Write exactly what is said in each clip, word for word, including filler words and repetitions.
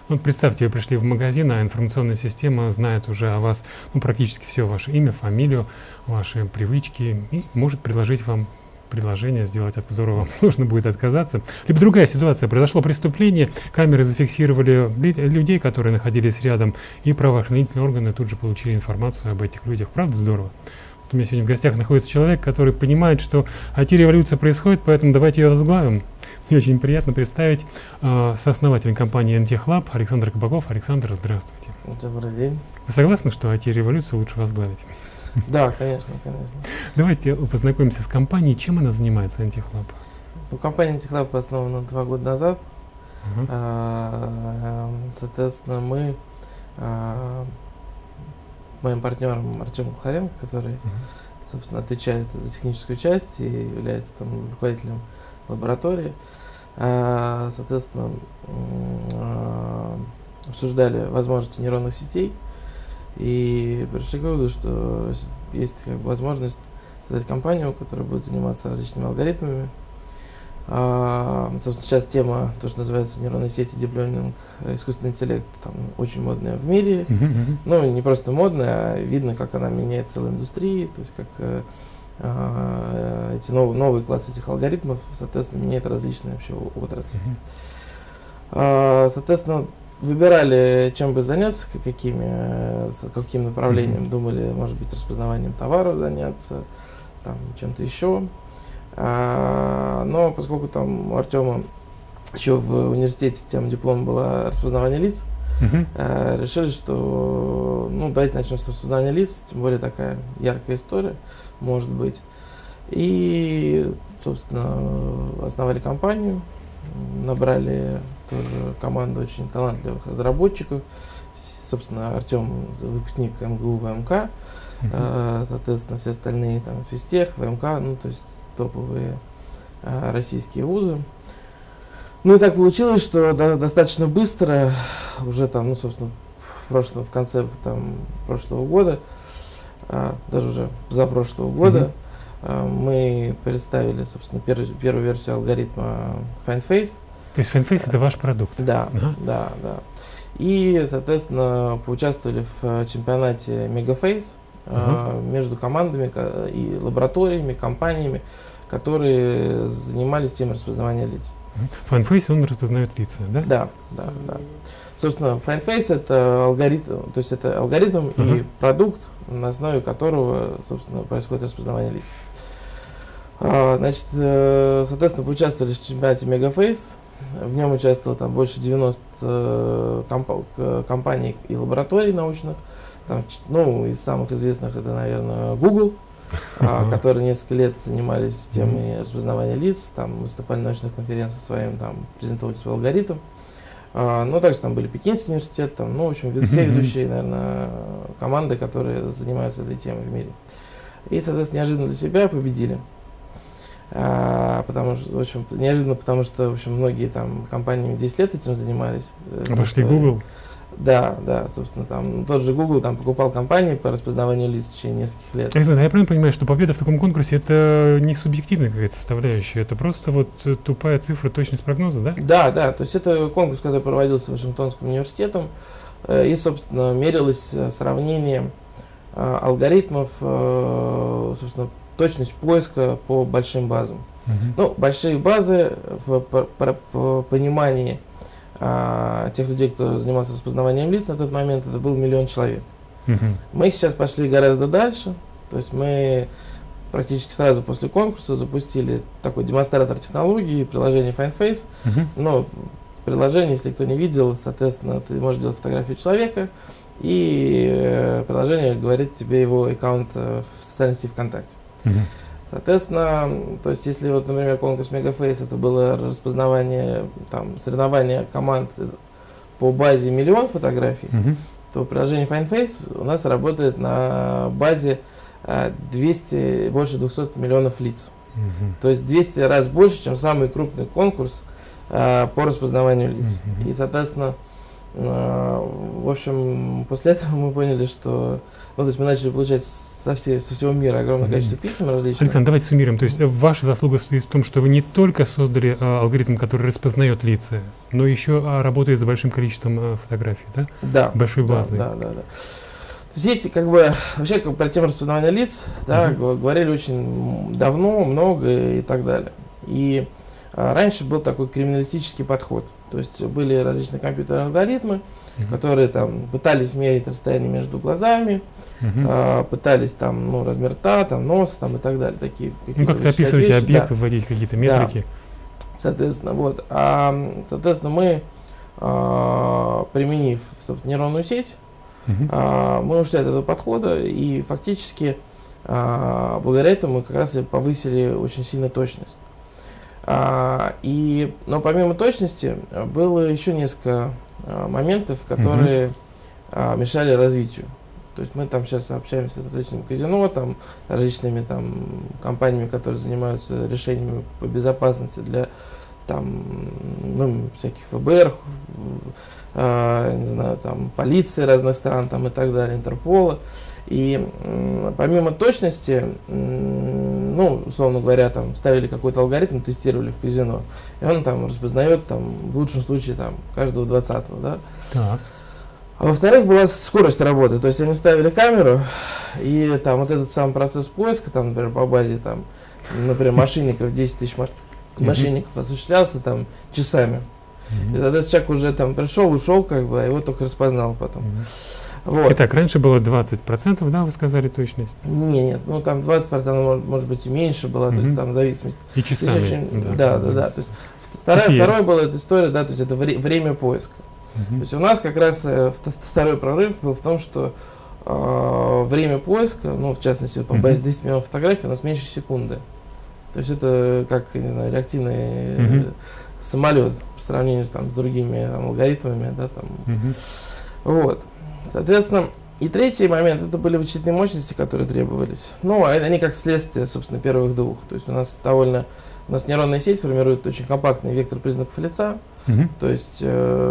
Вот представьте, вы пришли в магазин, а информационная система знает уже о вас, ну, практически все: ваше имя, фамилию, ваши привычки, и может предложить вам предложение, сделать от которого вам сложно будет отказаться. Либо другая ситуация: произошло преступление, камеры зафиксировали людей, которые находились рядом, и правоохранительные органы тут же получили информацию об этих людях. Правда здорово? Вот у меня сегодня в гостях находится человек, который понимает, что ай ти-революция происходит, поэтому давайте ее возглавим. Мне очень приятно представить э, сооснователя компании эн тех лаб Александр Кабаков. Александр, здравствуйте. Добрый день. Вы согласны, что ай ти-революцию лучше возглавить? Да, конечно, конечно. Давайте познакомимся с компанией. Чем она занимается, эн тех лаб? Ну, компания эн тех лаб основана два года назад. Uh-huh. А, соответственно, мы а, моим партнером Артемом Кухаренко, который, uh-huh. собственно, отвечает за техническую часть и является там руководителем лаборатории, а, соответственно, а, обсуждали возможности нейронных сетей и пришли к выводу, что есть как бы возможность создать компанию, которая будет заниматься различными алгоритмами. А, собственно, сейчас тема, то, что называется нейронные сети, deep learning, искусственный интеллект, там, очень модная в мире. Uh-huh. Ну, не просто модная, а видно, как она меняет целую индустрию, то есть как а, эти новые, новые классы этих алгоритмов, соответственно, меняют различные вообще отрасли. Uh-huh. А, соответственно, выбирали, чем бы заняться, какими, каким направлением. Mm-hmm. Думали, может быть, распознаванием товаров заняться, там, чем-то еще. А, но поскольку там у Артема еще в университете тема диплома была распознавание лиц, mm-hmm. а, решили, что ну, давайте начнем с распознавания лиц, тем более такая яркая история, может быть. И, собственно, основали компанию, набрали тоже команду очень талантливых разработчиков. Собственно, Артем выпускник эм гэ у, вэ эм ка, uh-huh. а, соответственно, все остальные там физтех, вэ эм ка, ну, то есть топовые а, российские вузы. Ну и так получилось, что до, достаточно быстро, уже там, ну, собственно, в прошлом, в конце там, прошлого года, а, даже уже позапрошлого года, uh-huh. а, мы представили, собственно, пер, первую версию алгоритма FindFace. То есть FindFace — это ваш продукт? Да, ага. да, да. И, соответственно, поучаствовали в чемпионате Megaface uh-huh. между командами и лабораториями, компаниями, которые занимались темой распознавания лиц. FindFace, он распознает лица, да? Да, да, да. Собственно, FindFace — это алгоритм, то есть это алгоритм uh-huh. и продукт, на основе которого, собственно, происходит распознавание лиц. Значит, соответственно, поучаствовали в чемпионате Megaface. В нем участвовало там больше девяноста комп- компаний и лабораторий научных. Там, ну, из самых известных это, наверное, Google, uh-huh. которые несколько лет занимались темой uh-huh. распознавания лиц, там выступали на научных конференциях своим, там презентовали свой алгоритм. А, ну, также там были Пекинский университет, там, ну, в общем, все ведущие, наверное, команды, которые занимаются этой темой в мире. И, соответственно, неожиданно для себя победили. А, потому что, в общем, неожиданно, потому что, в общем, многие там компании десять лет этим занимались. Обошли Google? Да, да, собственно, там тот же Google там покупал компании по распознаванию лиц в течение нескольких лет. Александр, я правильно понимаю, что победа в таком конкурсе — это не субъективная какая-то составляющая, это просто вот тупая цифра, точность прогноза, да? Да, да, то есть это конкурс, который проводился Вашингтонским университетом, и, собственно, мерилось сравнение алгоритмов, собственно, точность поиска по большим базам. Uh-huh. Ну, большие базы в по, по, по понимании а, тех людей, кто занимался распознаванием лиц на тот момент, это был миллион человек. Uh-huh. Мы сейчас пошли гораздо дальше, то есть мы практически сразу после конкурса запустили такой демонстратор технологии, приложение FindFace. Uh-huh. Но приложение, если кто не видел, соответственно, ты можешь делать фотографию человека, и э, приложение говорит тебе его аккаунт в социальной сети ВКонтакте. Uh-huh. Соответственно, то есть если вот, например, конкурс Megaface это было распознавание, там, соревнование команд по базе миллион фотографий, uh-huh. то приложение FindFace у нас работает на базе двести, больше двухсот миллионов лиц. Uh-huh. То есть двести раз больше, чем самый крупный конкурс а, по распознаванию лиц. Uh-huh. И, соответственно, В общем, после этого мы поняли, что, ну, то есть мы начали получать со, всей, со всего мира огромное количество писем различных. Александр, давайте суммируем. То есть ваша заслуга состоит в том, что вы не только создали а, алгоритм, который распознает лица, но еще а, работает с большим количеством а, фотографий, да? Да. Большой базой. Да, да, да, да. То есть есть, как бы, вообще, как, про тему распознавания лиц, да, uh-huh. говорили очень давно, много и так далее. И а, раньше был такой криминалистический подход. То есть были различные компьютерные алгоритмы, uh-huh. которые там пытались мерить расстояние между глазами, uh-huh. а, пытались там, ну, размер рта, там, носа, там, и так далее. Такие, ну, как-то описывать вещи, объекты, да. вводить какие-то метрики. Да. Соответственно, вот. А, соответственно, мы, а, применив, собственно, нейронную сеть, uh-huh. а, мы ушли от этого подхода, и фактически а, благодаря этому мы как раз и повысили очень сильно точность. А, и, но помимо точности было еще несколько а, моментов, которые uh-huh. а, мешали развитию. То есть мы там сейчас общаемся с различными казино, там, различными там, компаниями, которые занимаются решениями по безопасности для там, ну, всяких эф бэ эр, а, не знаю, там, полиции разных стран там, и так далее, Интерпола. И м, помимо точности, м, ну, условно говоря, там ставили какой-то алгоритм, тестировали в казино, и он там распознает, там, в лучшем случае, там, каждого двадцатого, да. Так. А во-вторых, была скорость работы, то есть они ставили камеру, и там вот этот сам процесс поиска, там, например, по базе, там, например, мошенников, десять тысяч маш- мошенников осуществлялся там часами. Mm-hmm. И тогда человек уже там пришел, ушел, как бы, а его только распознал потом. Mm-hmm. Вот. Итак, раньше было двадцать процентов, да, вы сказали точность? Нет, нет, ну там двадцать процентов может, может быть и меньше было, mm-hmm. то есть там в зависимости. И часами. Очень, да, да, да, да. То есть вторая, вторая была эта история, да, то есть это вре- время поиска. Mm-hmm. То есть у нас как раз э, второй прорыв был в том, что э, время поиска, ну в частности по базе десять миллионов фотографий, у нас меньше секунды. То есть это как, не знаю, реактивный mm-hmm. э, самолет по сравнению с, там, с другими там, алгоритмами, да, там. Mm-hmm. Вот. Соответственно, и третий момент, это были вычислительные мощности, которые требовались. Ну, они как следствие, собственно, первых двух. То есть у нас довольно, у нас нейронная сеть формирует очень компактный вектор признаков лица. Uh-huh. То есть,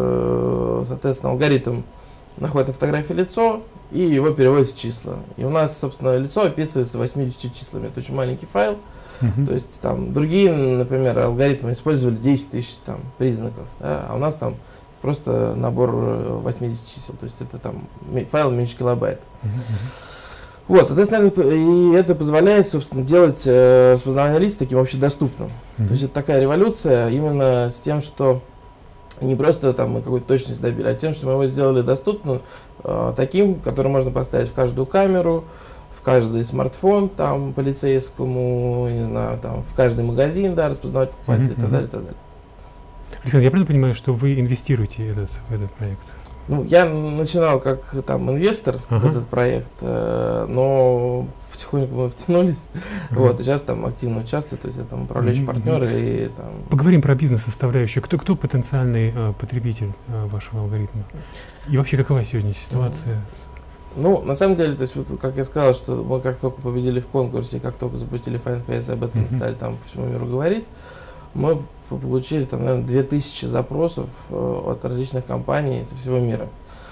э, соответственно, алгоритм находит на фотографии лицо и его переводит в числа. И у нас, собственно, лицо описывается восьмидесятью числами. Это очень маленький файл. Uh-huh. То есть там другие, например, алгоритмы использовали десять тысяч там, признаков, да, а у нас там просто набор восемьдесят чисел, то есть это там файл меньше килобайт. Uh-huh. Вот, соответственно, это, и это позволяет, собственно, делать э, распознавание лиц таким общедоступным. Uh-huh. То есть это такая революция именно с тем, что не просто там мы какую-то точность добили, а тем, что мы его сделали доступным, э, таким, который можно поставить в каждую камеру, в каждый смартфон там полицейскому, не знаю, там в каждый магазин, да, распознавать покупателей uh-huh. и так далее, и так далее. Александр, я правильно понимаю, что вы инвестируете этот, в этот проект? Ну, я начинал как там инвестор uh-huh. в этот проект, э, но потихоньку мы втянулись. Uh-huh. Вот, и сейчас там активно участвую, то есть я там управляющий uh-huh. партнер и там. Поговорим про бизнес-составляющую. Кто, кто потенциальный э, потребитель э, вашего алгоритма? И вообще какова сегодня ситуация? Uh-huh. Ну, на самом деле, то есть, вот, как я сказал, что мы как только победили в конкурсе, как только запустили FineFace, об этом uh-huh. стали там по всему миру говорить, мы получили там, наверное, две тысячи запросов э, от различных компаний со всего мира.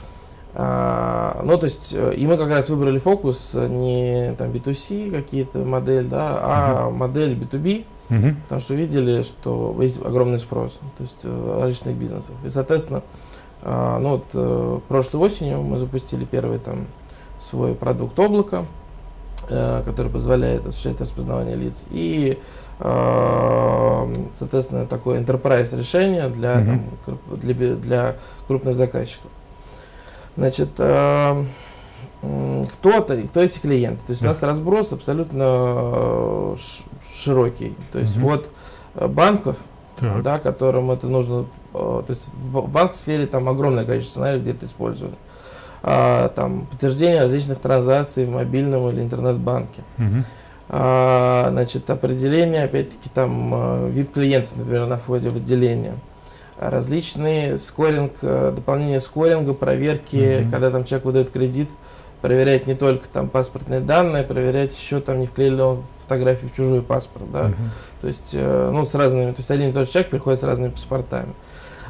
А, ну, то есть, э, и мы как раз выбрали фокус не там би ту си какие-то модель, да, а uh-huh. модель би ту би, uh-huh. потому что видели, что есть огромный спрос, то есть э, различных бизнесов. И, соответственно, э, ну, вот, э, прошлой осенью мы запустили первый там свой продукт облако, э, который позволяет осуществлять распознавание лиц. И соответственно, такое enterprise решение для, mm-hmm. там, для, для крупных заказчиков. Значит, э, кто-то, кто эти клиенты? То есть yeah. у нас разброс абсолютно широкий. То есть mm-hmm. от банков, так. да, которым это нужно, то есть в банк-сфере там огромное количество сценариев, где это используют. А, там подтверждение различных транзакций в мобильном или интернет-банке. Mm-hmm. А, значит, определение, опять-таки, там, ви ай пи-клиентов, например, на входе в отделение. Различные скоринг, дополнение скоринга, проверки, mm-hmm. когда там человек выдает кредит, проверять не только там паспортные данные, проверять еще там не вклеили ли он фотографию в чужой паспорт, да. Mm-hmm. То есть, ну, с разными, то есть один и тот же человек приходит с разными паспортами.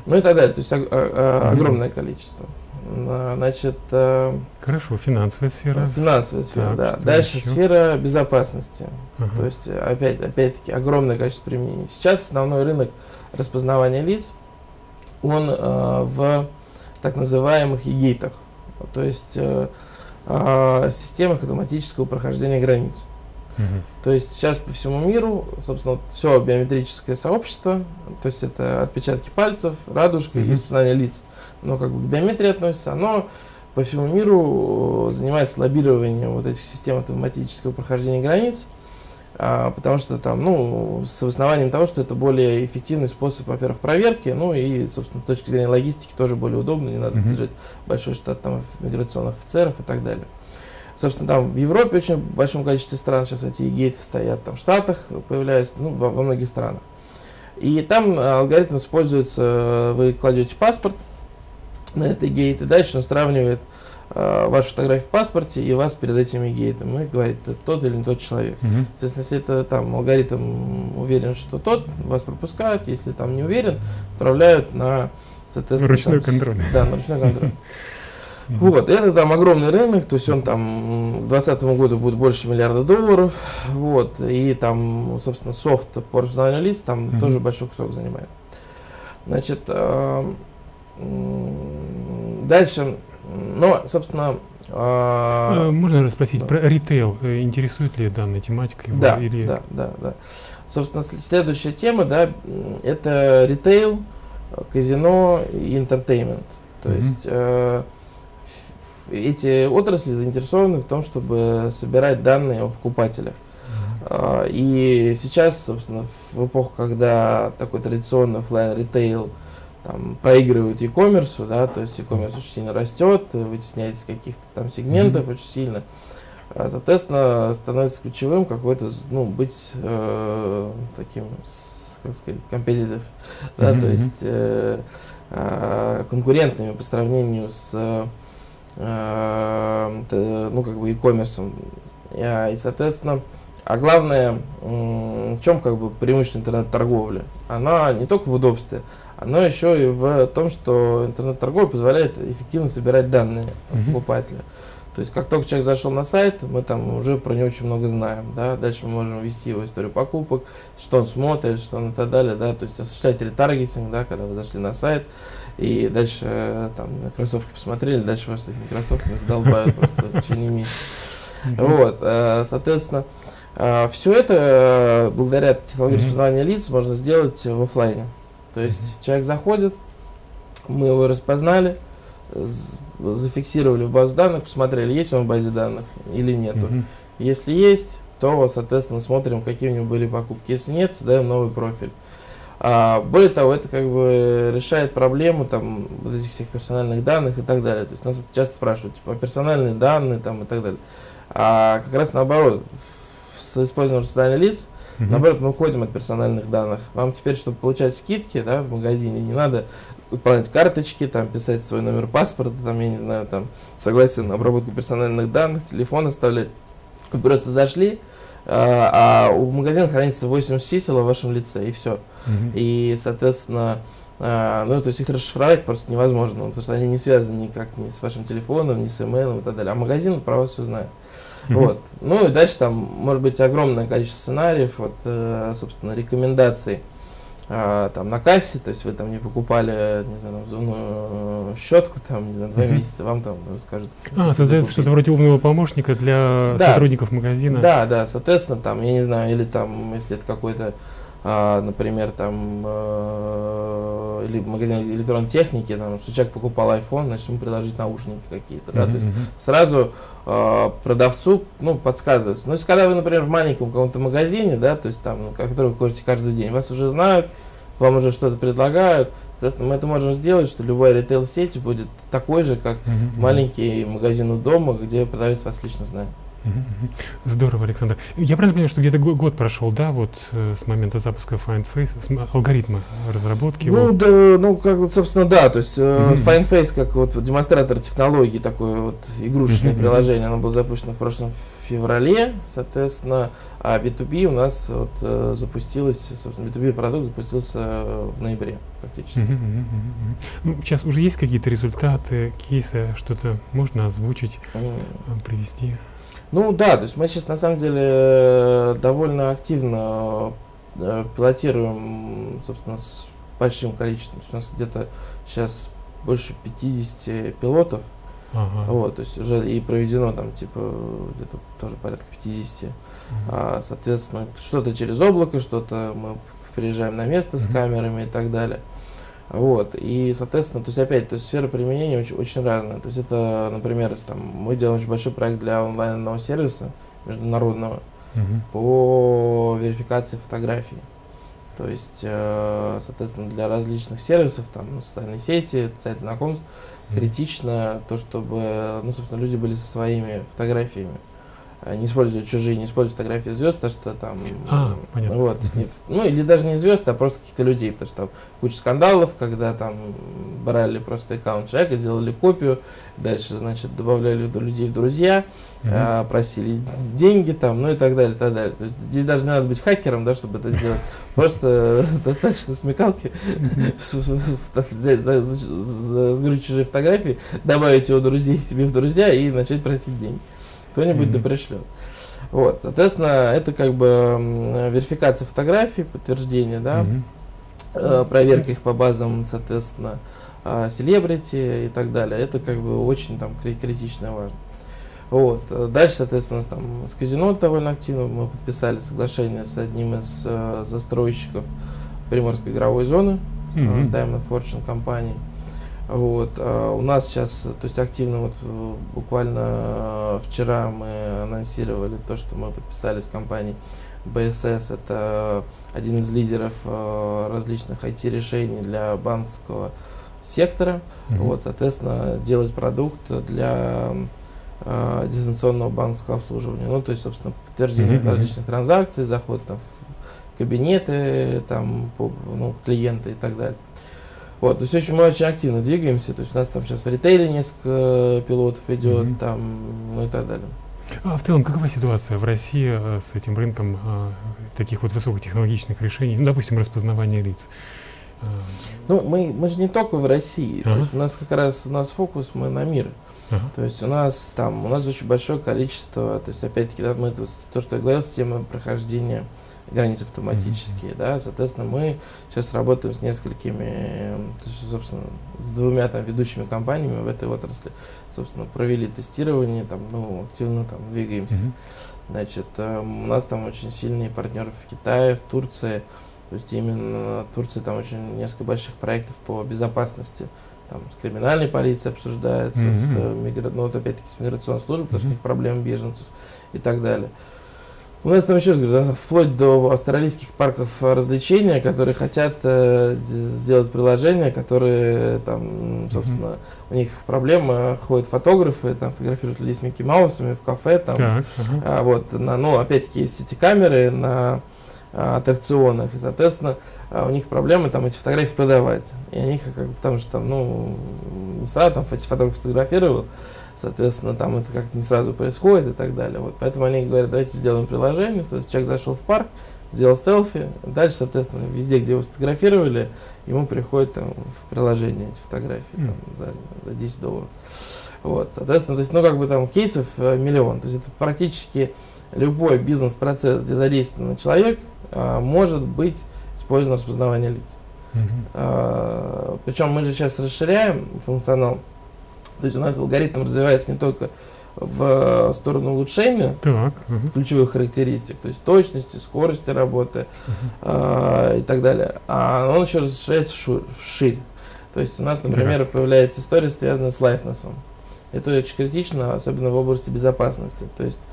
ну и так далее. То есть о, о, огромное количество. Значит, хорошо, финансовая сфера. Финансовая сфера, так, да. Дальше еще? Сфера безопасности. Ага. То есть, опять, опять-таки, огромное количество применений. Сейчас основной рынок распознавания лиц, он э, в так называемых и-гейтах, то есть э, э, системах автоматического прохождения границ. Угу. То есть сейчас по всему миру, собственно, все биометрическое сообщество, то есть это отпечатки пальцев, радужка угу. и распознавание лиц, но как бы к биометрии относится, оно по всему миру занимается лоббированием вот этих систем автоматического прохождения границ, а, потому что там, ну, с основанием того, что это более эффективный способ, во-первых, проверки, ну и, собственно, с точки зрения логистики тоже более удобно, не надо угу. держать большой штат там миграционных офицеров и так далее. Собственно, там в Европе очень большом количестве стран сейчас эти и-гейты стоят, там в Штатах появляются, ну, во, во многих странах. И там алгоритм используется, вы кладете паспорт на этот гейт, и дальше он сравнивает э, вашу фотографию в паспорте и вас перед этим и-гейтом, и говорит, это тот или не тот человек. Угу. Соответственно, если это там алгоритм уверен, что тот, вас пропускают, если там не уверен, отправляют на, соответственно, ручной там, контроль. Да, на ручной контроль. Вот, это там огромный рынок, то есть он там к двадцатому году будет больше миллиарда долларов, вот, и там, собственно, софт по распознаванию лиц там mm-hmm. тоже большой кусок занимает. Значит, э, дальше, ну, собственно... Э, Можно расспросить да. про ритейл, интересует ли данная тематика его? Да, или... да, да, да. Собственно, следующая тема, да, это ритейл, казино и интертеймент. То mm-hmm. есть... Э, эти отрасли заинтересованы в том, чтобы собирать данные о покупателях. Mm-hmm. И сейчас, собственно, в эпоху, когда такой традиционный офлайн ритейл там проигрывает e-commerce, да, то есть e-commerce очень сильно растет, вытесняется из каких-то там сегментов mm-hmm. очень сильно, соответственно, становится ключевым какой-то, ну, быть э, таким, как сказать, competitive, mm-hmm. да, то есть э, э, конкурентными по сравнению с ну, как бы e-commerce. И, соответственно, а главное, в чем как бы преимущество интернет-торговли? Она не только в удобстве, она еще и в том, что интернет-торговля позволяет эффективно собирать данные mm-hmm. покупателя. То есть, как только человек зашел на сайт, мы там уже про него очень много знаем, да, дальше мы можем ввести его историю покупок, что он смотрит, что он и так далее, да, то есть осуществлять ретаргетинг, да, когда вы зашли на сайт, и дальше там на кроссовки посмотрели, дальше вас с этими кроссовками задолбают просто в течение месяца. Вот, соответственно, все это благодаря технологии распознавания лиц можно сделать в офлайне. То есть человек заходит, мы его распознали, зафиксировали в базу данных, посмотрели, есть он в базе данных или нету. Uh-huh. Если есть, то, соответственно, смотрим, какие у него были покупки. Если нет, создаем новый профиль. А, более того, это как бы решает проблему там, вот этих всех персональных данных и так далее. То есть нас часто спрашивают, типа, персональные данные там, и так далее. А как раз наоборот, с использованием распознавания лиц, uh-huh. наоборот, мы уходим от персональных данных. Вам теперь, чтобы получать скидки, да, в магазине, не надо выполнять карточки, там, писать свой номер паспорта, там, я не знаю, там, согласие на обработку персональных данных, телефон оставлять. Вы просто зашли, а, а у магазина хранится восемьдесят чисел о вашем лице, и все. Mm-hmm. И, соответственно, а, ну, то есть их расшифровать просто невозможно, потому что они не связаны никак ни с вашим телефоном, ни с имейлом и так далее. А магазин про вас все знает. Mm-hmm. Вот. Ну и дальше там может быть огромное количество сценариев, вот, собственно, рекомендаций. А, там на кассе, то есть вы там не покупали, не знаю, там, зубную щетку, там, не знаю, два mm-hmm. месяца, вам там скажут. А, создается что-то вроде умного помощника для да, сотрудников магазина. Да, да, соответственно, там, я не знаю, или там, если это какой-то, а, например, там, э, или магазин электронной техники, там, что человек покупал iPhone, значит, ему предложить наушники какие-то, да, mm-hmm. то есть сразу э, продавцу, ну, подсказывается. Но если когда вы, например, в маленьком каком-то магазине, да, то есть там, ну, который вы ходите каждый день, вас уже знают, вам уже что-то предлагают, соответственно, мы это можем сделать, что любая ритейл-сеть будет такой же, как mm-hmm. маленький магазин у дома, где продавец вас лично знает. Мгм, мгм. Здорово, Александр. Я правильно понимаю, что где-то го- год прошел, да, вот э, с момента запуска FindFace, с м- алгоритма разработки Ну, его? да, ну, как вот, собственно, да, то есть э, Мгм, FindFace, как вот демонстратор технологий, такое вот игрушечное мгм, мгм. приложение, оно было запущено в прошлом феврале, соответственно, а би ту би у нас вот э, запустилось, собственно, би ту би продукт запустился э, в ноябре практически. Мгм, мгм, мгм, мгм. Ну, сейчас уже есть какие-то результаты, кейсы, что-то можно озвучить, М. э, привести? Ну да, то есть мы сейчас на самом деле э, довольно активно э, пилотируем, собственно, с большим количеством. То есть у нас где-то сейчас больше пятидесяти пилотов. Ага. Вот, то есть уже и проведено там типа где-то тоже порядка пятидесяти. Мгм. А, соответственно, что-то через облако, что-то мы приезжаем на место с Мгм. камерами и так далее. Вот, и, соответственно, то есть опять, то есть сфера применения очень, очень разная. То есть это, например, там, мы делаем очень большой проект для онлайнного сервиса международного Мгм. по верификации фотографий. То есть, э, соответственно, для различных сервисов, там, социальные сети, сайт знакомств, Мгм. критично то, чтобы, ну, собственно, люди были со своими фотографиями. э, Не используют чужие, не используют фотографии звезд, потому что там, А, м, понятно. вот, Мгм. не ф- ну или даже не звезд, а просто каких-то людей, потому что там куча скандалов, когда там брали просто аккаунт человека, делали копию, дальше, значит, добавляли в- людей в друзья, Мгм. а, просили деньги там, ну и так далее, и так далее. То есть здесь даже не надо быть хакером, да, чтобы это сделать. Просто достаточно смекалки с- с- с- взять, за- за- за- сгрузить чужие фотографии, добавить его друзей себе в друзья и начать просить деньги. Кто-нибудь да Мгм. пришлет. Вот, соответственно, это как бы м, верификация фотографий, подтверждение, да, Мгм. э, проверка их по базам, соответственно, а, селебрити и так далее. Это как бы очень там кри- критично и важно. Вот. э, Дальше, соответственно, там с казино довольно активно мы подписали соглашение с одним из э, застройщиков Приморской игровой зоны, э, Мгм. Diamond Fortune компании. Вот. а У нас сейчас, то есть активно, вот э, буквально э, вчера мы анонсировали то, что мы подписали с компанией би эс эс. Это один из лидеров э, различных ай ти-решений для банковского сектора. Мгм. Вот, соответственно, делать продукт для э, дистанционного банковского обслуживания. Ну, то есть, собственно, подтверждение Мгм, мгм. различных транзакций, заход там, в кабинеты, там, по- ну, клиента и так далее. Вот, то есть очень, мы очень активно двигаемся, то есть у нас там сейчас в ритейле несколько пилотов идет, Мгм. там, ну и так далее. А в целом, какова ситуация в России э, с этим рынком э, таких вот высокотехнологичных решений, ну, допустим, распознавание лиц? Э, Ну, мы, мы же не только в России, то Ага. есть у нас как раз, у нас фокус, мы на мир. ага. То есть у нас там, у нас очень большое количество, то есть опять-таки, да, мы, то, то, что я говорил, система прохождения границ автоматические, да, соответственно, мы сейчас работаем с несколькими, э, то есть, собственно, с двумя там ведущими компаниями в этой отрасли, собственно, провели тестирование, там, ну, активно там двигаемся. Мгм. Значит, э, у нас там очень сильные партнеры в Китае, в Турции, то есть именно в Турции там очень несколько больших проектов по безопасности. Там с криминальной полицией обсуждается, с, Мгм. э, мигра... ну, вот опять-таки с миграционной службой, потому что у Мгм. них проблемы беженцев и так далее. У нас там еще раз говорю, да, вплоть до австралийских парков э, развлечения, которые хотят э, д- сделать приложения, которые там, м, собственно, у них проблема, ходят фотографы, там фотографируют людей с Микки Маусами в кафе, там, Так, ага. а, вот, на, ну, опять-таки, есть эти камеры на а, аттракционах, и, соответственно, а, у них проблемы там эти фотографии продавать. И они, как, бы, потому что там, ну, не сразу там эти фотографы фотографировал, соответственно, там это как-то не сразу происходит и так далее. Вот, поэтому они говорят, давайте сделаем приложение, соответственно, человек зашел в парк, сделал селфи, дальше, соответственно, везде, где его сфотографировали, ему приходит там, в приложение эти фотографии Mm. там, за, за десять долларов. Вот, соответственно, то есть, ну, как бы там кейсов э, миллион. То есть это практически любой бизнес-процесс, где задействован человек, а, может быть использовано распознавание лиц. Мгм. А, причем мы же сейчас расширяем функционал. То есть у нас алгоритм развивается не только в сторону улучшения Так, ага. ключевых характеристик, то есть точности, скорости работы Мгм. а, и так далее, а он еще расширяется шу- вширь. То есть у нас, например, появляется история, связанная с лайфнесом. Это очень критично, особенно в области безопасности. То есть,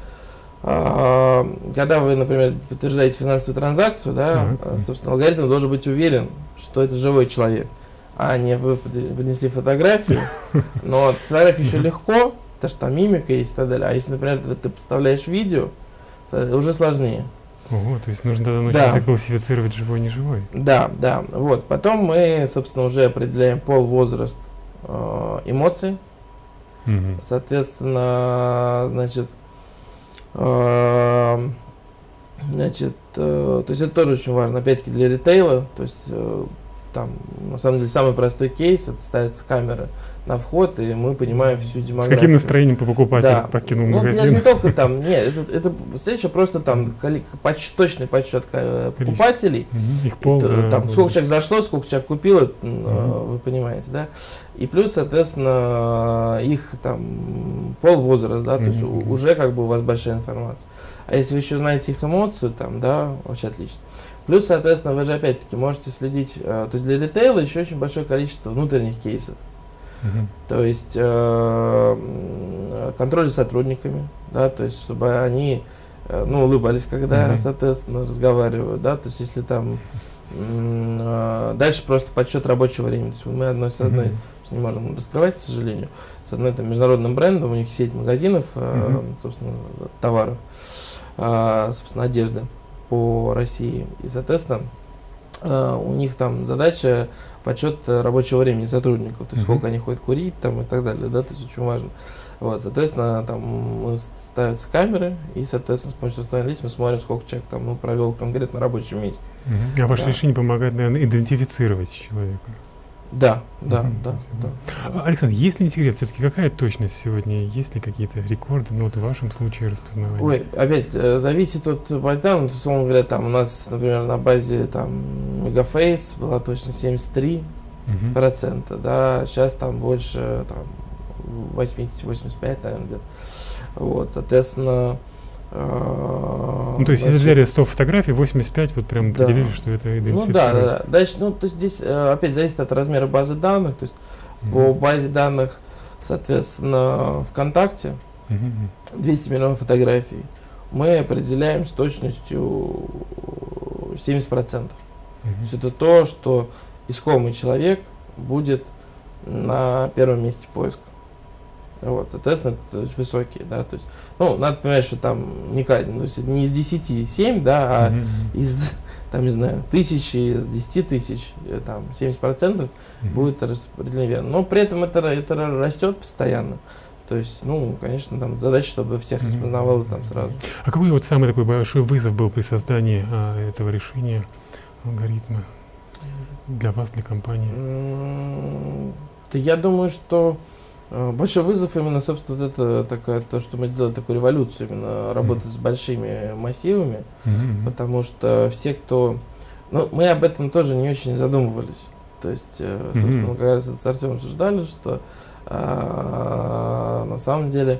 а, когда вы, например, подтверждаете финансовую транзакцию, да, Так. а, собственно, алгоритм должен быть уверен, что это живой человек, а не вы под- поднесли фотографию, но фотографию еще легко потому что там мимика есть и так далее. А если, например, ты, ты подставляешь видео, то уже сложнее. Ого, то есть нужно тогда научиться Да. классифицировать живой и неживой. Да, да. Вот. Потом мы, собственно, уже определяем пол, возраст, э, эмоции. Мгм. Соответственно, значит, э, значит, э, то есть это тоже очень важно, опять-таки для ритейла, то есть э, там, на самом деле, самый простой кейс, это ставится камера на вход, и мы понимаем всю С демографию. каким настроением покупатель Да. покинул Ну, магазин? даже не только там, нет, это, это следующее просто там коли- подсч- точный подсчет э, покупателей. Мгм. Их пол, И, да, там, да, сколько да. человек зашло, сколько человек купило, э, Мгм. вы понимаете, да? И плюс, соответственно, их там пол, возраст, да, то есть Мгм. у- уже как бы у вас большая информация. А если вы еще знаете их эмоцию, там, да, вообще отлично. Плюс, соответственно, вы же опять-таки можете следить, э, то есть для ритейла еще очень большое количество внутренних кейсов. Мгм. То есть э, м, контроль за сотрудниками, да, то есть чтобы они э, ну, улыбались, когда, Мгм. соответственно, разговаривают, да, то есть если там м, э, дальше просто подсчет рабочего времени. То есть мы одной с одной Мгм. не можем раскрывать, к сожалению, с одной там международным брендом, у них сеть магазинов, э, Мгм. собственно, товаров, э, собственно, одежды по России. И, соответственно, э, у них там задача подсчет рабочего времени сотрудников, то есть Мгм. сколько они ходят курить там и так далее, да, то есть очень важно. Вот, соответственно, там мы ставятся камеры, и, соответственно, с помощью социальных лиц мы смотрим, сколько человек там ну, провел конкретно на рабочем месте. Мгм. А ваше Да. решение помогает, наверное, идентифицировать человека. Да, да, Мгм. да, Спасибо. да. А, да. Александр, если не секрет, все-таки какая точность сегодня? Есть ли какие-то рекорды, ну вот в вашем случае распознавания? Ой, опять э, зависит от баз данных, то есть, условно говоря, там у нас, например, на базе там Megaface была точность семьдесят три Мгм. процента, да, сейчас там больше там восемьдесят-восемьдесят пять, наверное, где-то. Вот, соответственно, э, Ну, то есть, если значит, взяли сто фотографий, восемьдесят пять, вот прям Да. определили, что это ну да, да, идентифицировали. да. Дальше, ну, то есть здесь э, опять зависит от размера базы данных, то есть Мгм. по базе данных, соответственно, ВКонтакте Мгм. двести миллионов фотографий, мы определяем с точностью семьдесят процентов. То Мгм. есть это то, что искомый человек будет на первом месте поиска. Вот, соответственно, это очень высокие, да, то есть, ну, надо понимать, что там не, ка- то есть не из десяти семь, да, а Мгм. из, там, не знаю, тысячи, из десяти тысяч, э, там, семьдесят процентов Мгм. будет распределено верно. Но при этом это, это растет постоянно. То есть, ну, конечно, там задача, чтобы всех Мгм. распознавало там сразу. А какой вот самый такой большой вызов был при создании а, этого решения алгоритма для вас, для компании? М, да я думаю, что э, большой вызов именно, собственно, вот это такая, то, что мы сделали такую революцию, именно работать с большими массивами, Мгм. потому что все, кто... Ну, мы об этом тоже не очень задумывались. То есть, э, собственно, Мгм. мы как раз это с Артемом обсуждали, что а, на самом деле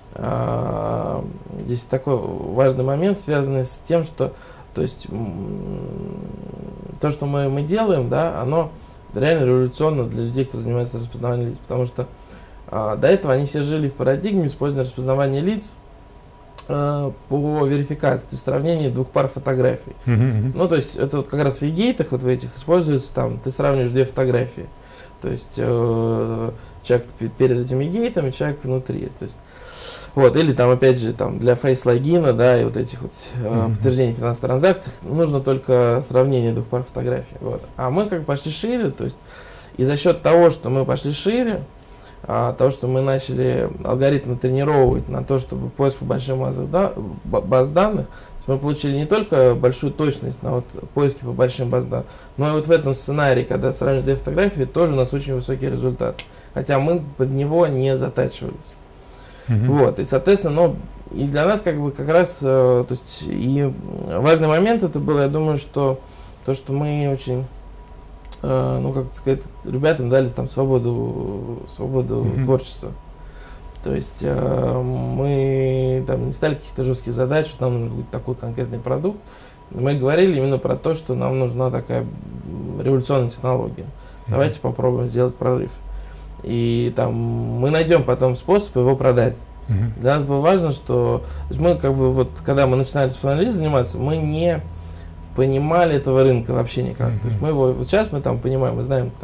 а, здесь такой важный момент, связанный с тем, что то есть м, то, что мы, мы делаем, да, оно реально революционно для людей, кто занимается распознаванием лиц, потому что а, до этого они все жили в парадигме использования распознавания лиц а, по верификации, то есть сравнение двух пар фотографий. Мгм. Мгм. Ну, то есть это вот как раз в егейтах, вот в этих используется, там, ты сравниваешь две фотографии. То есть э, человек пе- перед этим егейтом и человек внутри. То есть, вот, или там, опять же, там, для фейс-логина, да, и вот этих вот э, Мгм. подтверждений финансовых транзакций нужно только сравнение двух пар фотографий. Вот. А мы как пошли шире, то есть, и за счет того, что мы пошли шире, а, того, что мы начали алгоритмы тренировать на то, чтобы поиск по большим базам да, ба- баз данных, то есть мы получили не только большую точность на вот поиски по большим баз данных, но и вот в этом сценарии, когда сравниваешь две фотографии, тоже у нас очень высокий результат. Хотя мы под него не затачивались. Мгм. Вот, и, соответственно, ну, и для нас как бы как раз, э, то есть, и важный момент это был, я думаю, что то, что мы очень, э, ну, как сказать, ребятам дали там свободу, свободу Мгм. творчества. То есть э, мы там не стали каких-то жестких задач, что нам нужен будет такой конкретный продукт. Мы говорили именно про то, что нам нужна такая м, революционная технология. Мгм. Давайте попробуем сделать прорыв. И там мы найдем потом способ его продать. Мгм. Для нас было важно, что то есть мы как бы вот, когда мы начинали с анализом заниматься, мы не понимали этого рынка вообще никак. То есть Мгм. мы его, вот сейчас мы там понимаем, мы знаем там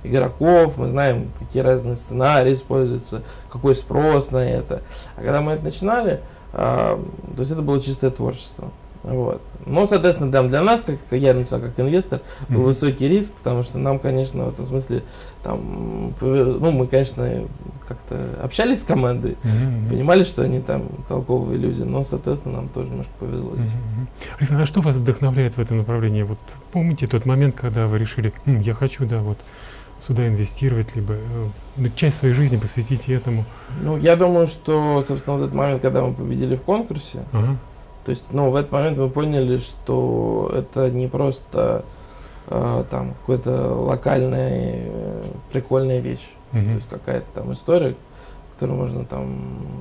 игроков, мы знаем, какие разные сценарии используются, какой спрос на это. А когда мы это начинали, то есть это было чистое творчество. Вот. Но, соответственно, там для нас, как, как я начал как инвестор, был mm-hmm. высокий риск, потому что нам, конечно, в этом смысле, там, ну, мы, конечно, как-то общались с командой, mm-hmm. понимали, что они там толковые люди, но, соответственно, нам тоже немножко повезло здесь. Mm-hmm. Александр, а что вас вдохновляет в этом направлении? Вот помните тот момент, когда вы решили, М, я хочу, да, вот сюда инвестировать, либо э, часть своей жизни посвятить этому? Ну, я думаю, что, собственно, вот этот момент, когда мы победили в конкурсе, uh-huh. то есть, ну, в этот момент мы поняли, что это не просто э, там какая-то локальная э, прикольная вещь, uh-huh. то есть какая-то там история, которую можно там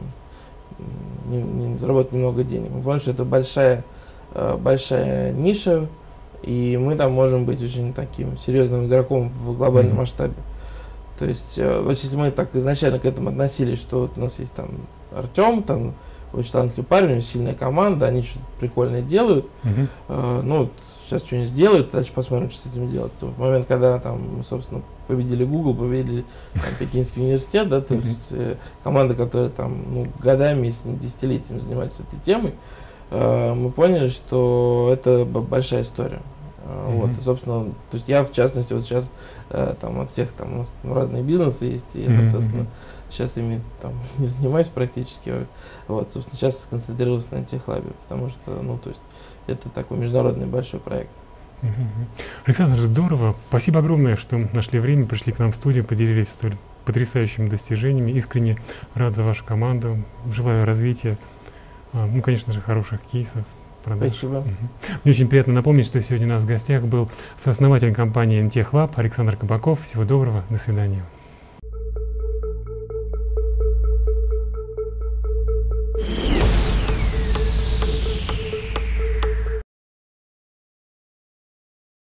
не, не заработать немного денег. Мы поняли, что это большая, э, большая ниша, и мы там можем быть очень таким серьезным игроком в глобальном mm-hmm. масштабе. То есть, э, вот если мы так изначально к этому относились, что вот у нас есть там Артем, там очень талантливый парень, у него сильная команда, они что-то прикольное делают, mm-hmm. э, ну вот сейчас что-нибудь сделают, дальше посмотрим, что с этим делать. То в момент, когда там, мы, собственно, победили Google, победили там, Пекинский университет, да, то mm-hmm. есть э, команда, которая там ну, годами, если не десятилетиями занимается этой темой, э, мы поняли, что это большая история. Mm-hmm. Вот, и, собственно, то есть я, в частности, вот сейчас э, там от всех там у нас ну, разные бизнесы есть, и я, соответственно, mm-hmm. сейчас ими там не занимаюсь практически. Вот, собственно, сейчас сконцентрировался на Техлабе, потому что, ну, то есть это такой международный большой проект. Mm-hmm. Александр, здорово. Спасибо огромное, что нашли время, пришли к нам в студию, поделились столь потрясающими достижениями. Искренне рад за вашу команду. Желаю развития, ну, конечно же, хороших кейсов. Продаж. Спасибо. Угу. Мне очень приятно напомнить, что сегодня у нас в гостях был сооснователь компании Техлаб Александр Кабаков. Всего доброго, до свидания.